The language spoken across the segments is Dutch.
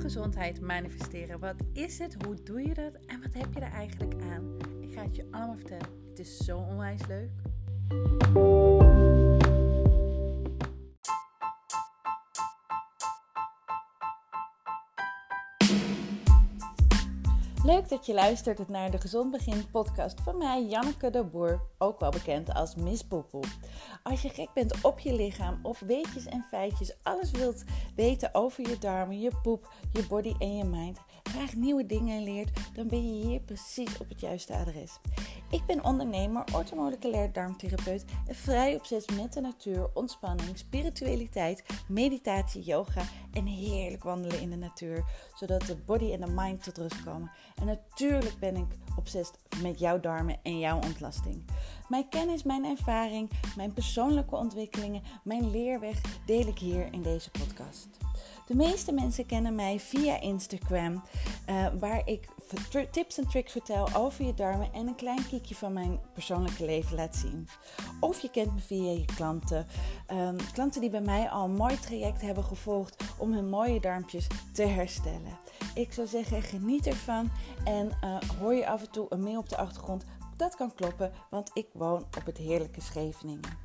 gezondheid manifesteren. Wat is het? Hoe doe je dat? En wat heb je er eigenlijk aan? Ik ga het je allemaal vertellen. Het is zo onwijs leuk. Leuk dat je luistert naar de Gezond Begin podcast van mij, Janneke de Boer, ook wel bekend als Miss Poepoe. Als je gek bent op je lichaam, op weetjes en feitjes, alles wilt weten over je darmen, je poep, je body en je mind, graag nieuwe dingen leert, dan ben je hier precies op het juiste adres. Ik ben ondernemer, orthomoleculair darmtherapeut en vrij obsessief met de natuur, ontspanning, spiritualiteit, meditatie, yoga en heerlijk wandelen in de natuur, zodat de body en de mind tot rust komen. En natuurlijk ben ik obsessief met jouw darmen en jouw ontlasting. Mijn kennis, mijn ervaring, mijn persoonlijke ontwikkelingen, mijn leerweg deel ik hier in deze podcast. De meeste mensen kennen mij via Instagram, waar ik tips en tricks vertel over je darmen en een klein kiekje van mijn persoonlijke leven laat zien. Of je kent me via je klanten. Klanten die bij mij al een mooi traject hebben gevolgd om hun mooie darmpjes te herstellen. Ik zou zeggen, geniet ervan en hoor je af en toe een mail op de achtergrond. Dat kan kloppen, want ik woon op het heerlijke Scheveningen.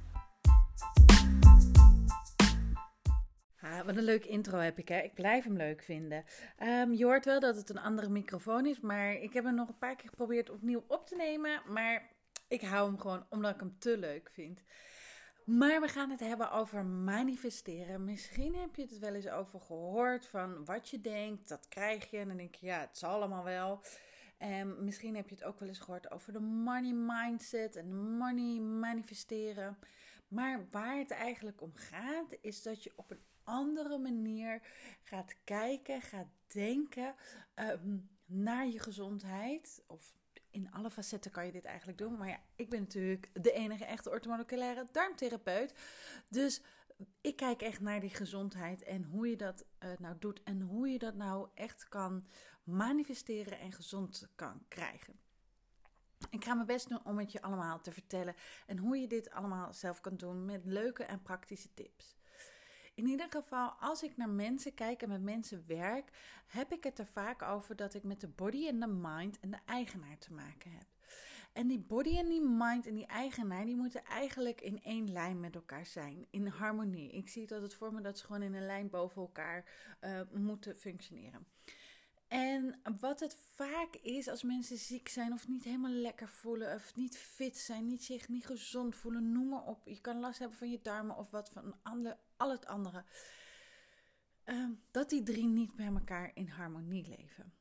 Wat een leuke intro heb ik, hè? Ik blijf hem leuk vinden. Je hoort wel dat het een andere microfoon is, maar ik heb hem nog een paar keer geprobeerd opnieuw op te nemen. Maar ik hou hem gewoon omdat ik hem te leuk vind. Maar we gaan het hebben over manifesteren. Misschien heb je het wel eens over gehoord van wat je denkt, dat krijg je. En dan denk je, ja, het zal allemaal wel. En misschien heb je het ook wel eens gehoord over de money mindset en money manifesteren. Maar waar het eigenlijk om gaat, is dat je op een andere manier gaat kijken, gaat denken naar je gezondheid. Of in alle facetten kan je dit eigenlijk doen. Maar ja, ik ben natuurlijk de enige echte orthomoleculaire darmtherapeut. Dus ik kijk echt naar die gezondheid en hoe je dat nou doet. En hoe je dat nou echt kan manifesteren en gezond kan krijgen. Ik ga mijn best doen om het je allemaal te vertellen. En hoe je dit allemaal zelf kan doen met leuke en praktische tips. In ieder geval, als ik naar mensen kijk en met mensen werk, heb ik het er vaak over dat ik met de body en de mind en de eigenaar te maken heb. En die body en die mind en die eigenaar, die moeten eigenlijk in één lijn met elkaar zijn, in harmonie. Ik zie dat het voor me dat ze gewoon in een lijn boven elkaar moeten functioneren. En wat het vaak is als mensen ziek zijn of niet helemaal lekker voelen of niet fit zijn, zich niet gezond voelen, noem maar op. Je kan last hebben van je darmen of wat van al het andere. Dat die drie niet bij elkaar in harmonie leven.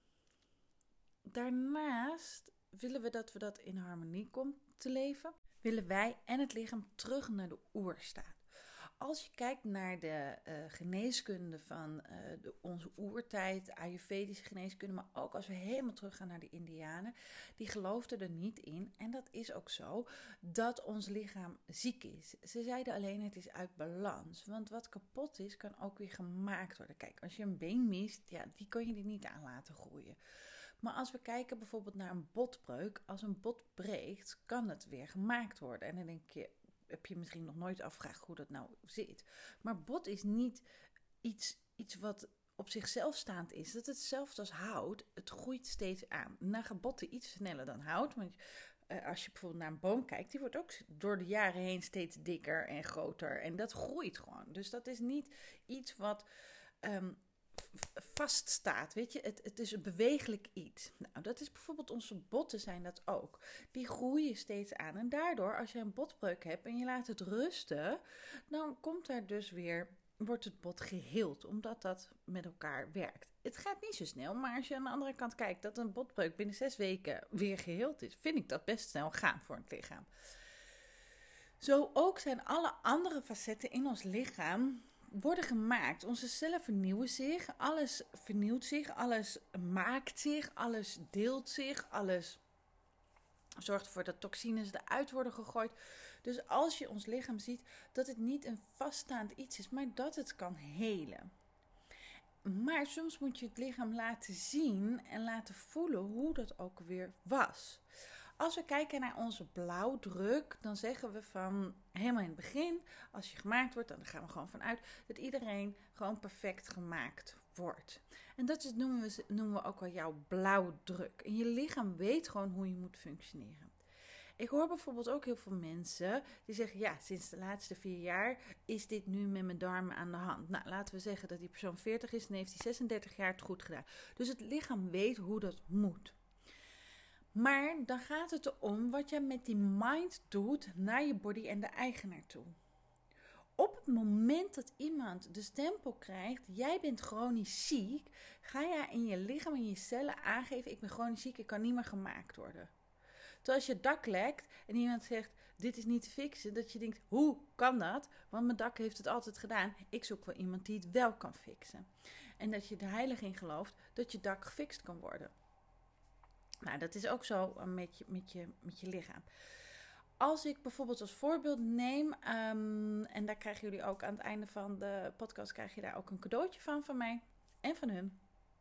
Daarnaast willen we dat in harmonie komt te leven. Willen wij en het lichaam terug naar de oerstaat. Als je kijkt naar de geneeskunde van onze oertijd, Ayurvedische geneeskunde, maar ook als we helemaal teruggaan naar de Indianen, die geloofden er niet in, en dat is ook zo, dat ons lichaam ziek is. Ze zeiden alleen het is uit balans, want wat kapot is, kan ook weer gemaakt worden. Kijk, als je een been mist, ja, die kan je er niet aan laten groeien. Maar als we kijken bijvoorbeeld naar een botbreuk, als een bot breekt, kan het weer gemaakt worden. En dan denk je, heb je misschien nog nooit afgevraagd hoe dat nou zit. Maar bot is niet iets wat op zichzelf staand is. Dat het hetzelfde als hout. Het groeit steeds aan. Nou gaat botten iets sneller dan hout. Want als je bijvoorbeeld naar een boom kijkt, die wordt ook door de jaren heen steeds dikker en groter. En dat groeit gewoon. Dus dat is niet iets wat vaststaat, weet je. Het is een bewegelijk iets. Nou, dat is bijvoorbeeld onze botten zijn dat ook. Die groeien steeds aan. En daardoor, als je een botbreuk hebt en je laat het rusten, dan komt er dus weer, wordt het bot geheeld, omdat dat met elkaar werkt. Het gaat niet zo snel, maar als je aan de andere kant kijkt dat een botbreuk binnen 6 weken weer geheeld is, vind ik dat best snel gaan voor het lichaam. Zo ook zijn alle andere facetten in ons lichaam worden gemaakt. Onze cellen vernieuwen zich, alles vernieuwt zich, alles maakt zich, alles deelt zich, alles zorgt ervoor dat toxines eruit worden gegooid. Dus als je ons lichaam ziet, dat het niet een vaststaand iets is, maar dat het kan helen. Maar soms moet je het lichaam laten zien en laten voelen hoe dat ook weer was. Als we kijken naar onze blauwdruk, dan zeggen we van helemaal in het begin, als je gemaakt wordt, dan gaan we gewoon vanuit dat iedereen gewoon perfect gemaakt wordt. En dat noemen we ook wel jouw blauwdruk. En je lichaam weet gewoon hoe je moet functioneren. Ik hoor bijvoorbeeld ook heel veel mensen die zeggen, ja, sinds de laatste 4 jaar is dit nu met mijn darmen aan de hand. Nou, laten we zeggen dat die persoon 40 is en heeft die 36 jaar het goed gedaan. Dus het lichaam weet hoe dat moet. Maar dan gaat het erom wat jij met die mind doet naar je body en de eigenaar toe. Op het moment dat iemand de stempel krijgt, jij bent chronisch ziek, ga jij in je lichaam en je cellen aangeven, ik ben chronisch ziek, ik kan niet meer gemaakt worden. Terwijl als je dak lekt en iemand zegt, dit is niet te fixen, dat je denkt, hoe kan dat? Want mijn dak heeft het altijd gedaan. Ik zoek wel iemand die het wel kan fixen. En dat je er heilig in gelooft dat je dak gefixt kan worden. Nou, dat is ook zo met je lichaam. Als ik bijvoorbeeld als voorbeeld neem, en daar krijgen jullie ook aan het einde van de podcast, krijg je daar ook een cadeautje van mij en van hun.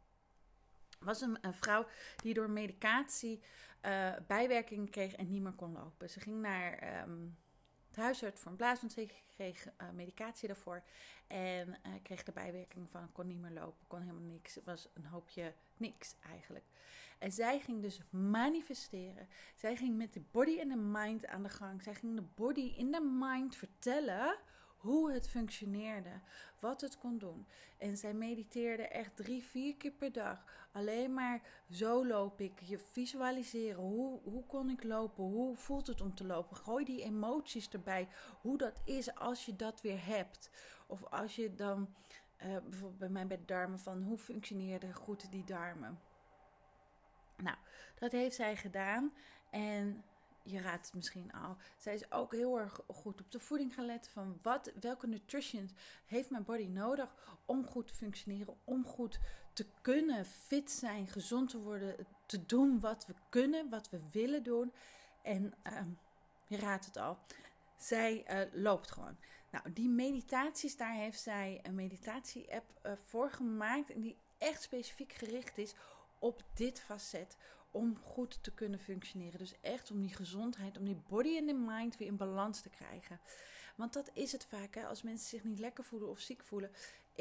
Was een vrouw die door medicatie bijwerkingen kreeg en niet meer kon lopen. Ze ging naar het huisarts voor een blaasontsteking, kreeg medicatie daarvoor en kreeg de bijwerking van kon niet meer lopen, kon helemaal niks. Het was een hoopje niks eigenlijk. En zij ging dus manifesteren. Zij ging met de body en de mind aan de gang. Zij ging de body in de mind vertellen hoe het functioneerde, wat het kon doen. En zij mediteerde echt 3-4 keer per dag. Alleen maar zo loop ik. Je visualiseren, hoe kon ik lopen? Hoe voelt het om te lopen? Gooi die emoties erbij. Hoe dat is als je dat weer hebt. Of als je dan, bijvoorbeeld bij mij bij de darmen, van hoe functioneerden goed die darmen? Nou, dat heeft zij gedaan en je raadt het misschien al. Zij is ook heel erg goed op de voeding gaan letten van welke nutrition heeft mijn body nodig om goed te functioneren, om goed te kunnen, fit zijn, gezond te worden, te doen wat we kunnen, wat we willen doen. En je raadt het al, zij loopt gewoon. Nou, die meditaties, daar heeft zij een meditatie-app voor gemaakt en die echt specifiek gericht is op dit facet, om goed te kunnen functioneren. Dus echt om die gezondheid, om die body en de mind weer in balans te krijgen. Want dat is het vaak, hè? Als mensen zich niet lekker voelen of ziek voelen.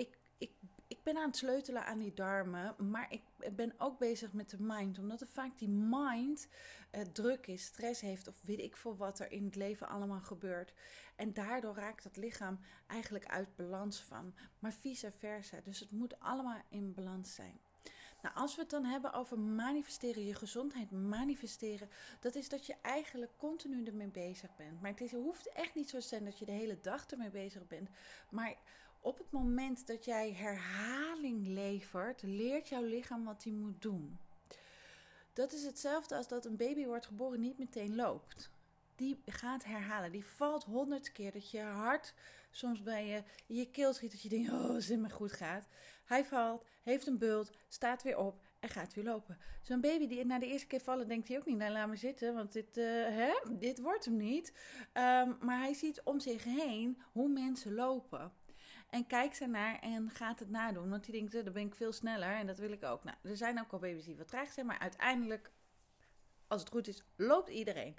Ik ben aan het sleutelen aan die darmen, maar ik ben ook bezig met de mind. Omdat er vaak die mind druk is, stress heeft of weet ik veel wat er in het leven allemaal gebeurt. En daardoor raakt het lichaam eigenlijk uit balans van. Maar vice versa. Dus het moet allemaal in balans zijn. Nou, als we het dan hebben over manifesteren, je gezondheid manifesteren, dat is dat je eigenlijk continu ermee bezig bent. Maar het hoeft echt niet zo te zijn dat je de hele dag ermee bezig bent. Maar op het moment dat jij herhaling levert, leert jouw lichaam wat hij moet doen. Dat is hetzelfde als dat een baby wordt geboren niet meteen loopt. Die gaat herhalen. Die valt 100 keer. Dat je hart soms bij je in je keel schiet. Dat je denkt, oh, als het maar goed gaat. Hij valt, heeft een bult, staat weer op en gaat weer lopen. Zo'n baby die na de eerste keer vallen, denkt hij ook niet, nou laat maar zitten. Want dit wordt hem niet. Maar hij ziet om zich heen hoe mensen lopen. En kijkt ernaar en gaat het nadoen. Want hij denkt, dan ben ik veel sneller en dat wil ik ook. Nou, er zijn ook al baby's die wat traag zijn. Maar uiteindelijk, als het goed is, loopt iedereen.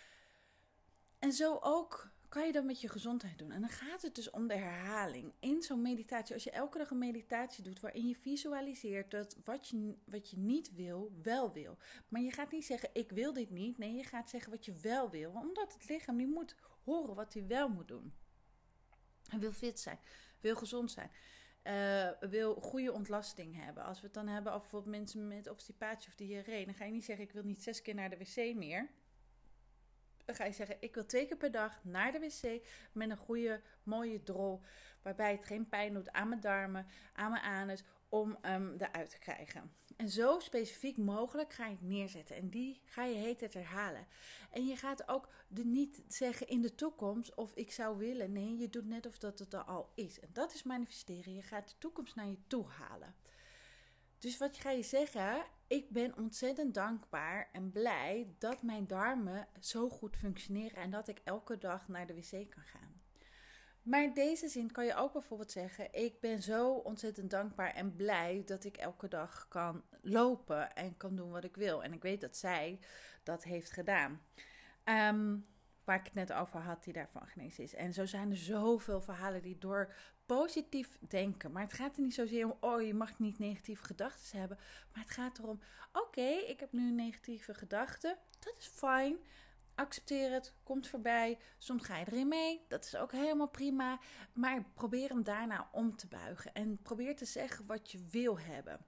En zo ook kan je dat met je gezondheid doen. En dan gaat het dus om de herhaling. In zo'n meditatie, als je elke dag een meditatie doet waarin je visualiseert dat wat je niet wil, wel wil. Maar je gaat niet zeggen, ik wil dit niet. Nee, je gaat zeggen wat je wel wil. Omdat het lichaam niet moet horen wat hij wel moet doen. Hij wil fit zijn, wil gezond zijn. Wil goede ontlasting hebben. Als we het dan hebben over bijvoorbeeld mensen met obstipatie of diarree, dan ga je niet zeggen, ik wil niet 6 keer naar de wc meer. Dan ga je zeggen, ik wil 2 keer per dag naar de wc met een goede, mooie drol. Waarbij het geen pijn doet aan mijn darmen, aan mijn anus, om eruit te krijgen. En zo specifiek mogelijk ga je het neerzetten. En die ga je heet het herhalen. En je gaat ook niet zeggen in de toekomst of ik zou willen. Nee, je doet net of dat het er al is. En dat is manifesteren. Je gaat de toekomst naar je toe halen. Dus wat ga je zeggen? Ik ben ontzettend dankbaar en blij dat mijn darmen zo goed functioneren en dat ik elke dag naar de wc kan gaan. Maar in deze zin kan je ook bijvoorbeeld zeggen, ik ben zo ontzettend dankbaar en blij dat ik elke dag kan lopen en kan doen wat ik wil. En ik weet dat zij dat heeft gedaan. Waar ik het net over had, die daarvan genezen is. En zo zijn er zoveel verhalen die door positief denken. Maar het gaat er niet zozeer om, oh, je mag niet negatieve gedachten hebben. Maar het gaat erom, oké, ik heb nu negatieve gedachten. Dat is fijn. Accepteer het, komt voorbij. Soms ga je erin mee, dat is ook helemaal prima. Maar probeer hem daarna om te buigen. En probeer te zeggen wat je wil hebben.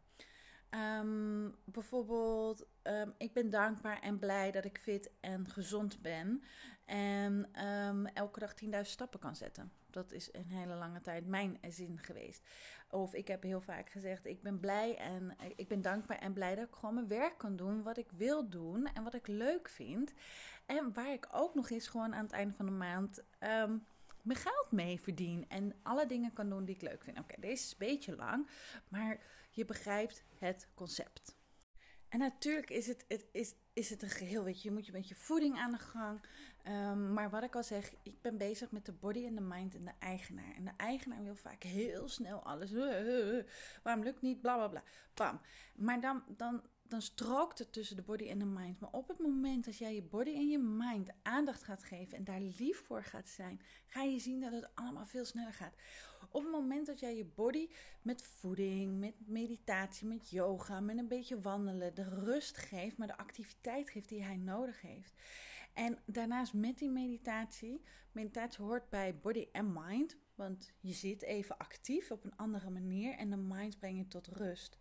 Bijvoorbeeld, ik ben dankbaar en blij dat ik fit en gezond ben. En elke dag 10.000 stappen kan zetten. Dat is een hele lange tijd mijn zin geweest. Of ik heb heel vaak gezegd, ik ben blij en ik ben dankbaar en blij dat ik gewoon mijn werk kan doen. Wat ik wil doen en wat ik leuk vind. En waar ik ook nog eens gewoon aan het einde van de maand mijn geld mee verdien. En alle dingen kan doen die ik leuk vind. Oké, deze is een beetje lang, maar je begrijpt het concept. En natuurlijk is het een geheel, weet je. Je moet je met je voeding aan de gang. Maar wat ik al zeg, ik ben bezig met de body en de mind en de eigenaar. En de eigenaar wil vaak heel snel alles. Waarom lukt niet? Bla bla bla. Bam. Maar dan strookt het tussen de body en de mind. Maar op het moment dat jij je body en je mind aandacht gaat geven en daar lief voor gaat zijn, ga je zien dat het allemaal veel sneller gaat. Op het moment dat jij je body met voeding, met meditatie, met yoga, met een beetje wandelen, de rust geeft, maar de activiteit geeft die hij nodig heeft. En daarnaast met die meditatie hoort bij body en mind, want je zit even actief op een andere manier en de mind brengt je tot rust.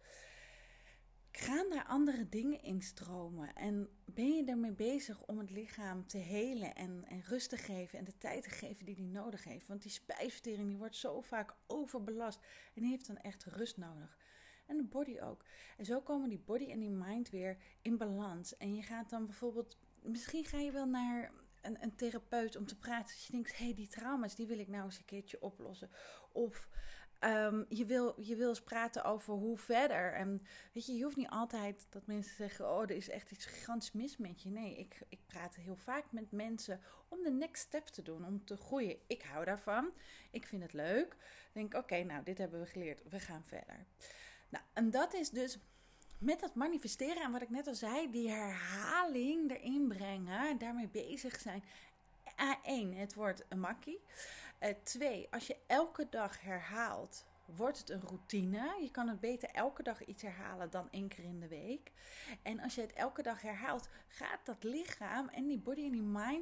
Gaan daar andere dingen instromen en ben je ermee bezig om het lichaam te helen en rust te geven en de tijd te geven die nodig heeft. Want die spijsvertering die wordt zo vaak overbelast en die heeft dan echt rust nodig. En de body ook. En zo komen die body en die mind weer in balans. En je gaat dan bijvoorbeeld, misschien ga je wel naar een therapeut om te praten. Dus je denkt, hé, die trauma's die wil ik nou eens een keertje oplossen. Of je wil eens praten over hoe verder. En weet je hoeft niet altijd dat mensen zeggen, oh, er is echt iets gigantisch mis met je. Nee, ik praat heel vaak met mensen om de next step te doen, om te groeien. Ik hou daarvan. Ik vind het leuk. Ik denk, oké, nou, dit hebben we geleerd. We gaan verder. Nou, en dat is dus met dat manifesteren en wat ik net al zei, die herhaling erin brengen, daarmee bezig zijn. A1, het wordt een makkie. 2, als je elke dag herhaalt, wordt het een routine. Je kan het beter elke dag iets herhalen dan 1 keer in de week. En als je het elke dag herhaalt, gaat dat lichaam en die body en die mind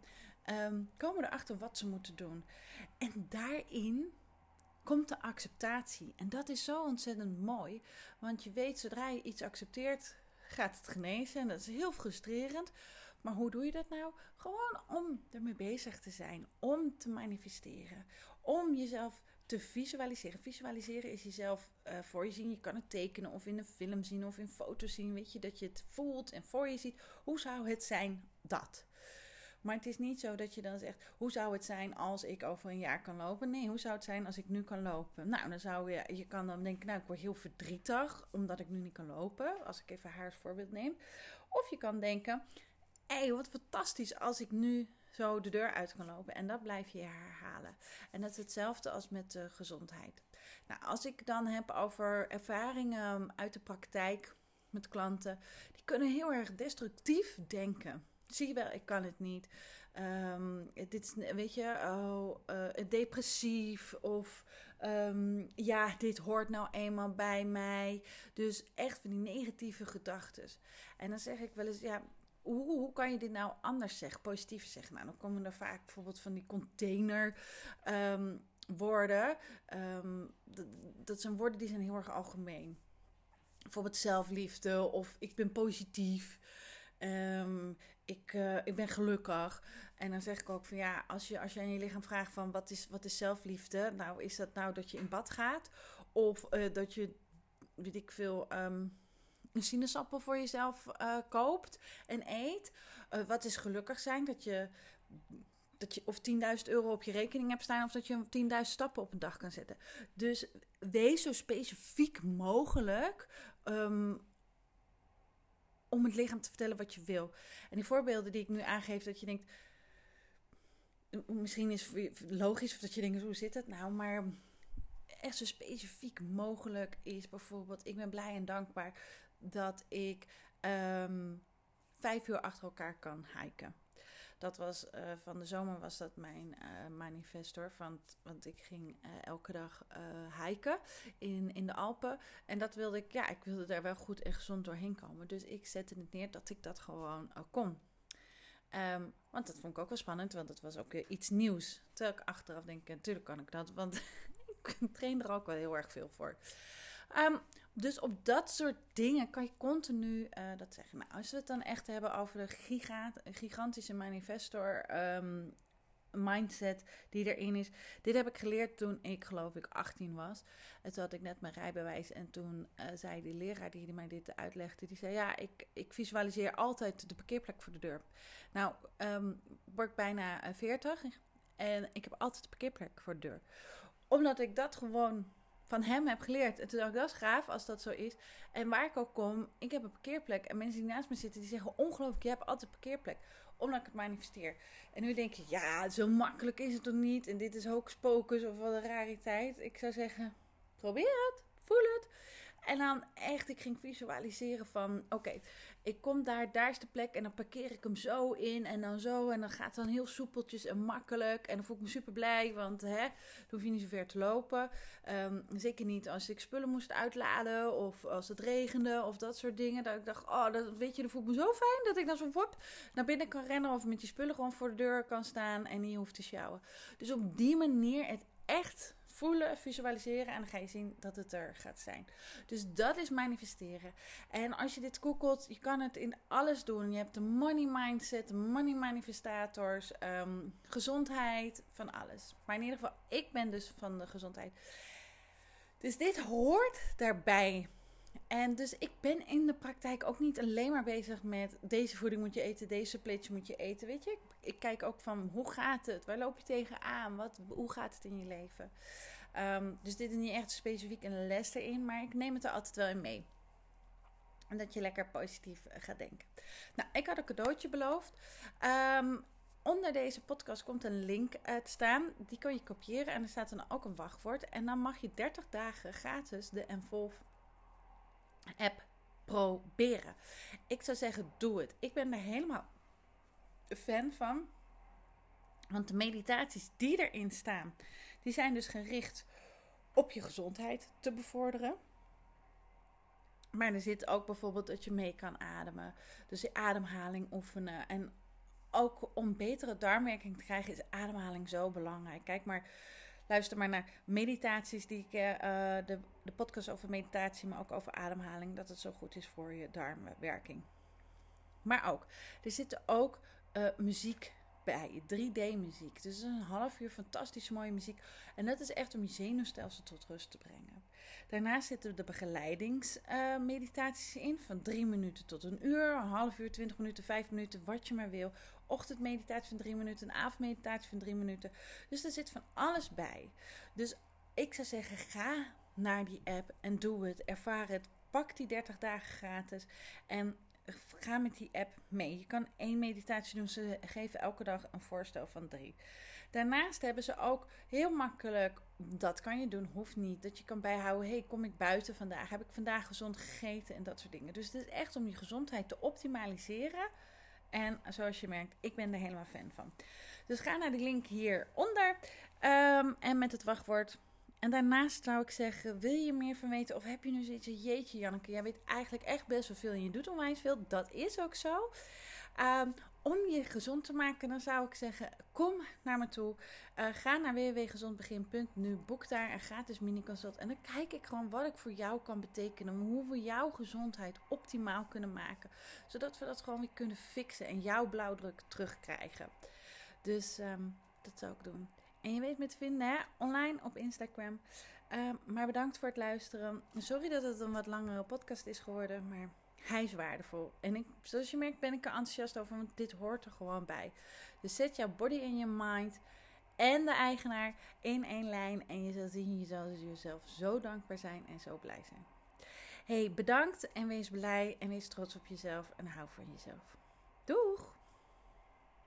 komen erachter wat ze moeten doen. En daarin komt de acceptatie. En dat is zo ontzettend mooi. Want je weet, zodra je iets accepteert, gaat het genezen. En dat is heel frustrerend. Maar hoe doe je dat nou? Gewoon om ermee bezig te zijn. Om te manifesteren. Om jezelf te visualiseren. Visualiseren is jezelf voor je zien. Je kan het tekenen of in een film zien of in foto's zien. Weet je, dat je het voelt en voor je ziet. Hoe zou het zijn dat? Maar het is niet zo dat je dan zegt, hoe zou het zijn als ik over een jaar kan lopen? Nee, hoe zou het zijn als ik nu kan lopen? Nou, dan zou je kan dan denken, nou, ik word heel verdrietig omdat ik nu niet kan lopen. Als ik even haar als voorbeeld neem. Of je kan denken, hé, wat fantastisch als ik nu zo de deur uit kan lopen. En dat blijf je herhalen. En dat is hetzelfde als met de gezondheid. Nou, als ik dan heb over ervaringen uit de praktijk met klanten, die kunnen heel erg destructief denken. Zie je wel, ik kan het niet. Dit is, weet je, depressief of ja, dit hoort nou eenmaal bij mij. Dus echt van die negatieve gedachten. En dan zeg ik wel eens, ja, hoe kan je dit nou anders zeggen, positief zeggen? Nou, dan komen er vaak bijvoorbeeld van die container woorden. Dat zijn woorden die zijn heel erg algemeen. Bijvoorbeeld zelfliefde of ik ben positief. Ik ben gelukkig. En dan zeg ik ook van ja, als je aan je lichaam vraagt van wat is zelfliefde? Nou, is dat nou dat je in bad gaat? Of dat je, weet ik veel, een sinaasappel voor jezelf koopt en eet? Wat is gelukkig zijn? Dat je of 10.000 euro op je rekening hebt staan of dat je 10.000 stappen op een dag kan zetten. Dus wees zo specifiek mogelijk om het lichaam te vertellen wat je wil. En die voorbeelden die ik nu aangeef, dat je denkt, misschien is het logisch of dat je denkt, hoe zit het nou? Maar echt zo specifiek mogelijk is bijvoorbeeld, ik ben blij en dankbaar dat ik 5 uur achter elkaar kan hiken. Dat was van de zomer was dat mijn manifest hoor. Want ik ging elke dag hiken in de Alpen. En dat wilde ik wilde daar wel goed en gezond doorheen komen. Dus ik zette het neer dat ik dat gewoon kon. Want dat vond ik ook wel spannend, want het was ook iets nieuws. Terwijl ik achteraf denk, natuurlijk kan ik dat, want ik train er ook wel heel erg veel voor. Dus op dat soort dingen kan je continu dat zeggen. Nou, als we het dan echt hebben over de gigantische manifestor mindset die erin is. Dit heb ik geleerd toen ik geloof ik 18 was. En toen had ik net mijn rijbewijs en toen zei die leraar die mij dit uitlegde, die zei ja, ik visualiseer altijd de parkeerplek voor de deur. Nou, word ik bijna 40 en ik heb altijd de parkeerplek voor de deur. Omdat ik dat gewoon van hem heb geleerd. En toen dacht ik, dat is gaaf als dat zo is. En waar ik ook kom, ik heb een parkeerplek. En mensen die naast me zitten, die zeggen ongelooflijk, je hebt altijd een parkeerplek. Omdat ik het manifesteer. En nu denk je, ja, zo makkelijk is het toch niet? En dit is hocus pocus of wat een rariteit. Ik zou zeggen, probeer het, voel het. En dan echt, ik ging visualiseren van, oké, ik kom daar is de plek en dan parkeer ik hem zo in en dan zo. En dan gaat het dan heel soepeltjes en makkelijk. En dan voel ik me super blij, want dan hoef je niet zo ver te lopen. Zeker niet als ik spullen moest uitladen of als het regende of dat soort dingen. Dat ik dacht, dan voel ik me zo fijn dat ik dan zo naar binnen kan rennen of met die spullen gewoon voor de deur kan staan en niet hoef te sjouwen. Dus op die manier het echt voelen, visualiseren en dan ga je zien dat het er gaat zijn. Dus dat is manifesteren. En als je dit googelt, je kan het in alles doen. Je hebt de money mindset, de money manifestators, gezondheid, van alles. Maar in ieder geval, ik ben dus van de gezondheid. Dus dit hoort daarbij. En dus ik ben in de praktijk ook niet alleen maar bezig met deze voeding moet je eten, deze suppleetje moet je eten, weet je. Ik kijk ook van hoe gaat het, waar loop je tegenaan, hoe gaat het in je leven. Dus dit is niet echt specifiek een les erin, maar ik neem het er altijd wel in mee. En dat je lekker positief gaat denken. Nou, ik had een cadeautje beloofd. Onder deze podcast komt een link te staan. Die kan je kopiëren en er staat dan ook een wachtwoord. En dan mag je 30 dagen gratis de Envolve app proberen. Ik zou zeggen, doe het. Ik ben er helemaal fan van. Want de meditaties die erin staan, die zijn dus gericht op je gezondheid te bevorderen. Maar er zit ook bijvoorbeeld dat je mee kan ademen. Dus je ademhaling oefenen. En ook om betere darmwerking te krijgen is ademhaling zo belangrijk. Luister maar naar meditaties die ik, de podcast over meditatie, maar ook over ademhaling, dat het zo goed is voor je darmwerking. Maar ook, er zit ook muziek bij, 3D-muziek. Dus een half uur fantastische mooie muziek. En dat is echt om je zenuwstelsel tot rust te brengen. Daarnaast zitten de begeleidingsmeditaties in, van 3 minuten tot een uur, een half uur, 20 minuten, 5 minuten, wat je maar wil. Ochtendmeditatie van 3 minuten, een avondmeditatie van 3 minuten. Dus er zit van alles bij. Dus ik zou zeggen, ga naar die app en doe het. Ervaar het. Pak die 30 dagen gratis en ga met die app mee. Je kan 1 meditatie doen. Ze geven elke dag een voorstel van 3. Daarnaast hebben ze ook heel makkelijk, dat kan je doen, hoeft niet, dat je kan bijhouden, kom ik buiten vandaag? Heb ik vandaag gezond gegeten? En dat soort dingen. Dus het is echt om je gezondheid te optimaliseren. En zoals je merkt, ik ben er helemaal fan van. Dus ga naar die link hieronder en met het wachtwoord. En daarnaast zou ik zeggen, wil je meer van weten? Of heb je nu zoiets, jeetje Janneke, jij weet eigenlijk echt best wel veel en je doet onwijs veel. Dat is ook zo. Om je gezond te maken, dan zou ik zeggen, kom naar me toe. Ga naar www.gezondbegin.nu, boek daar een gratis mini-consult. En dan kijk ik gewoon wat ik voor jou kan betekenen. Hoe we jouw gezondheid optimaal kunnen maken. Zodat we dat gewoon weer kunnen fixen en jouw blauwdruk terugkrijgen. Dus dat zou ik doen. En je weet me te vinden online op Instagram. Maar bedankt voor het luisteren. Sorry dat het een wat langere podcast is geworden, maar hij is waardevol. En zoals je merkt ben ik er enthousiast over, want dit hoort er gewoon bij. Dus zet jouw body en je mind en de eigenaar in één lijn. En je zal zien, je zal jezelf zo dankbaar zijn en zo blij zijn. Hey, bedankt en wees blij en wees trots op jezelf en hou van jezelf. Doeg!